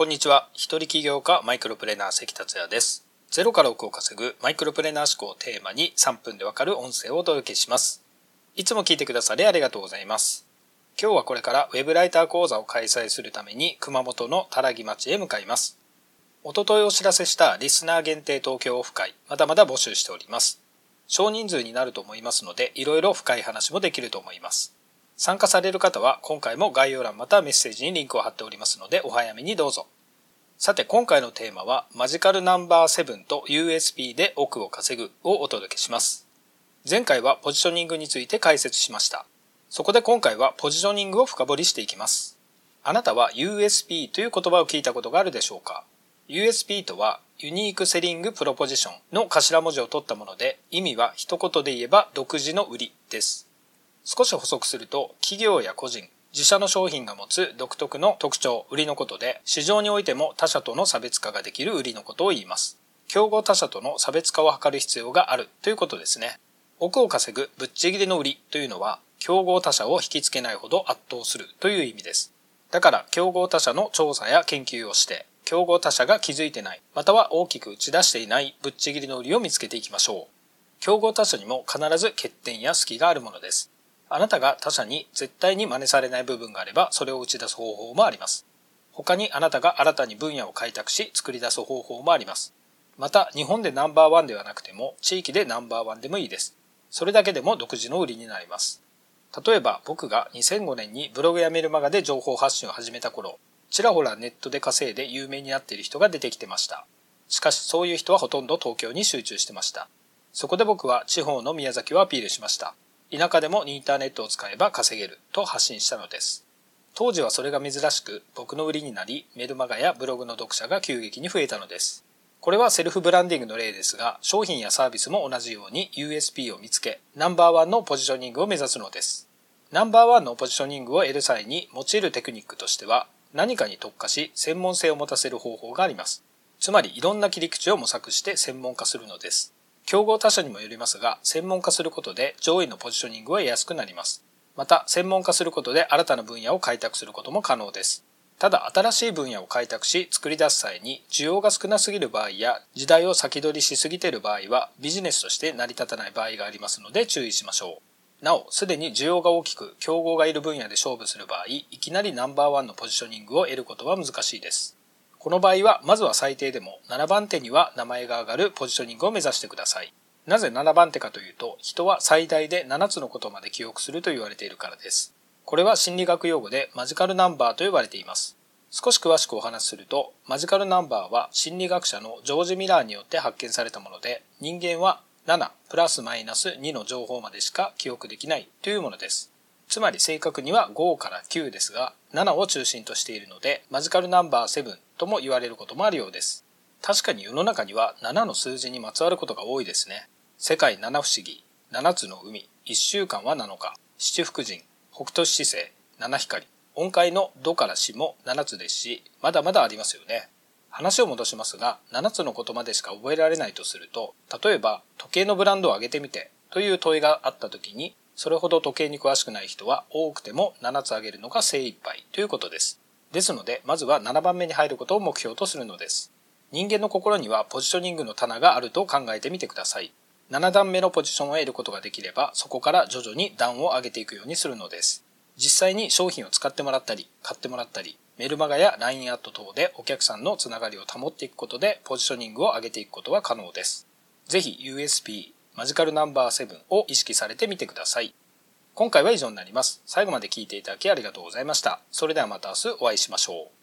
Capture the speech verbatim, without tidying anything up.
こんにちは。一人起業家マイクロプレーナー関達也です。ゼロから億を稼ぐマイクロプレーナー思考をテーマにさんぷんでわかる音声をお届けします。いつも聞いてくださりありがとうございます。今日はこれからウェブライター講座を開催するために熊本の多良木町へ向かいます。おとといお知らせしたリスナー限定東京オフ会、まだまだ募集しております。少人数になると思いますので、いろいろ深い話もできると思います。参加される方は今回も概要欄またはメッセージにリンクを貼っておりますのでお早めにどうぞ。さて今回のテーマはマジカルナンバーセブンと ユーエスピー で億を稼ぐをお届けします。前回はポジショニングについて解説しました。そこで今回はポジショニングを深掘りしていきます。あなたは ユーエスピー という言葉を聞いたことがあるでしょうか？ ユーエスピー とはユニークセリングプロポジションの頭文字を取ったもので、意味は一言で言えば独自の売りです。少し補足すると、企業や個人、自社の商品が持つ独特の特徴、売りのことで、市場においても他社との差別化ができる売りのことを言います。競合他社との差別化を図る必要があるということですね。億を稼ぐぶっちぎりの売りというのは、競合他社を引きつけないほど圧倒するという意味です。だから競合他社の調査や研究をして、競合他社が気づいてない、または大きく打ち出していないぶっちぎりの売りを見つけていきましょう。競合他社にも必ず欠点や隙があるものです。あなたが他社に絶対に真似されない部分があれば、それを打ち出す方法もあります。他にあなたが新たに分野を開拓し作り出す方法もあります。また日本でナンバーワンではなくても地域でナンバーワンでもいいです。それだけでも独自の売りになります。例えば僕がにせんごねんにブログやメルマガで情報発信を始めた頃、ちらほらネットで稼いで有名になっている人が出てきてました。しかしそういう人はほとんど東京に集中してました。そこで僕は地方の宮崎をアピールしました。田舎でもインターネットを使えば稼げると発信したのです。当時はそれが珍しく僕の売りになり、メルマガやブログの読者が急激に増えたのです。これはセルフブランディングの例ですが、商品やサービスも同じように ユーエスピー を見つけ、ナンバーワンのポジショニングを目指すのです。ナンバーワンのポジショニングを得る際に用いるテクニックとしては、何かに特化し専門性を持たせる方法があります。つまりいろんな切り口を模索して専門化するのです。競合他社にもよりますが、専門化することで上位のポジショニングを得やすくなります。また、専門化することで新たな分野を開拓することも可能です。ただ、新しい分野を開拓し作り出す際に、需要が少なすぎる場合や、時代を先取りしすぎている場合は、ビジネスとして成り立たない場合がありますので注意しましょう。なお、すでに需要が大きく、競合がいる分野で勝負する場合、いきなりナンバーワンのポジショニングを得ることは難しいです。この場合は、まずは最低でもななばん手には名前が挙がるポジショニングを目指してください。なぜななばん手かというと、人は最大でななつのことまで記憶すると言われているからです。これは心理学用語でマジカルナンバーと呼ばれています。少し詳しくお話しすると、マジカルナンバーは心理学者のジョージ・ミラーによって発見されたもので、人間はななプラスマイナスにの情報までしか記憶できないというものです。つまり正確にはごからきゅうですが、ななを中心としているので、マジカルナンバーセブンとも言われることもあるようです。確かに世の中にはななの数字にまつわることが多いですね。世界七不思議、七つの海、一週間はなのか、七福神、北斗七星、七光、音階のドからシもななつですし、まだまだありますよね。話を戻しますが、ななつのことまでしか覚えられないとすると、例えば時計のブランドを挙げてみてという問いがあった時に、それほど時計に詳しくない人は多くてもななつ挙げるのが精一杯ということです。ですので、まずはななばんめに入ることを目標とするのです。人間の心にはポジショニングの棚があると考えてみてください。ななだんめのポジションを得ることができれば、そこから徐々に段を上げていくようにするのです。実際に商品を使ってもらったり、買ってもらったり、メルマガや ライン アット等でお客さんのつながりを保っていくことで、ポジショニングを上げていくことは可能です。ぜひ ユーエスピー、マジカルナンバーセブンを意識されてみてください。今回は以上になります。最後まで聞いていただきありがとうございました。それではまた明日お会いしましょう。